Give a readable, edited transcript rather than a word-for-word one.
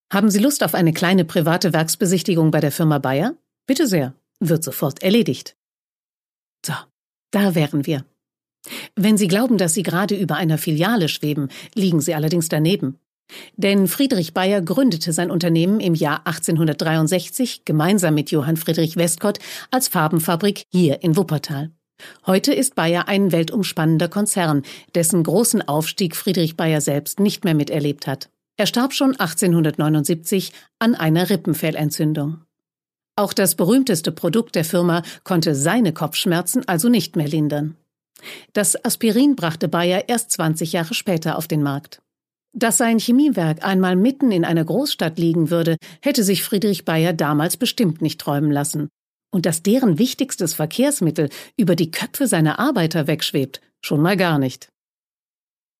Haben Sie Lust auf eine kleine private Werksbesichtigung bei der Firma Bayer? Bitte sehr, wird sofort erledigt. So, da wären wir. Wenn Sie glauben, dass Sie gerade über einer Filiale schweben, liegen Sie allerdings daneben. Denn Friedrich Bayer gründete sein Unternehmen im Jahr 1863 gemeinsam mit Johann Friedrich Westcott als Farbenfabrik hier in Wuppertal. Heute ist Bayer ein weltumspannender Konzern, dessen großen Aufstieg Friedrich Bayer selbst nicht mehr miterlebt hat. Er starb schon 1879 an einer Rippenfellentzündung. Auch das berühmteste Produkt der Firma konnte seine Kopfschmerzen also nicht mehr lindern. Das Aspirin brachte Bayer erst 20 Jahre später auf den Markt. Dass sein Chemiewerk einmal mitten in einer Großstadt liegen würde, hätte sich Friedrich Bayer damals bestimmt nicht träumen lassen. Und dass deren wichtigstes Verkehrsmittel über die Köpfe seiner Arbeiter wegschwebt, schon mal gar nicht.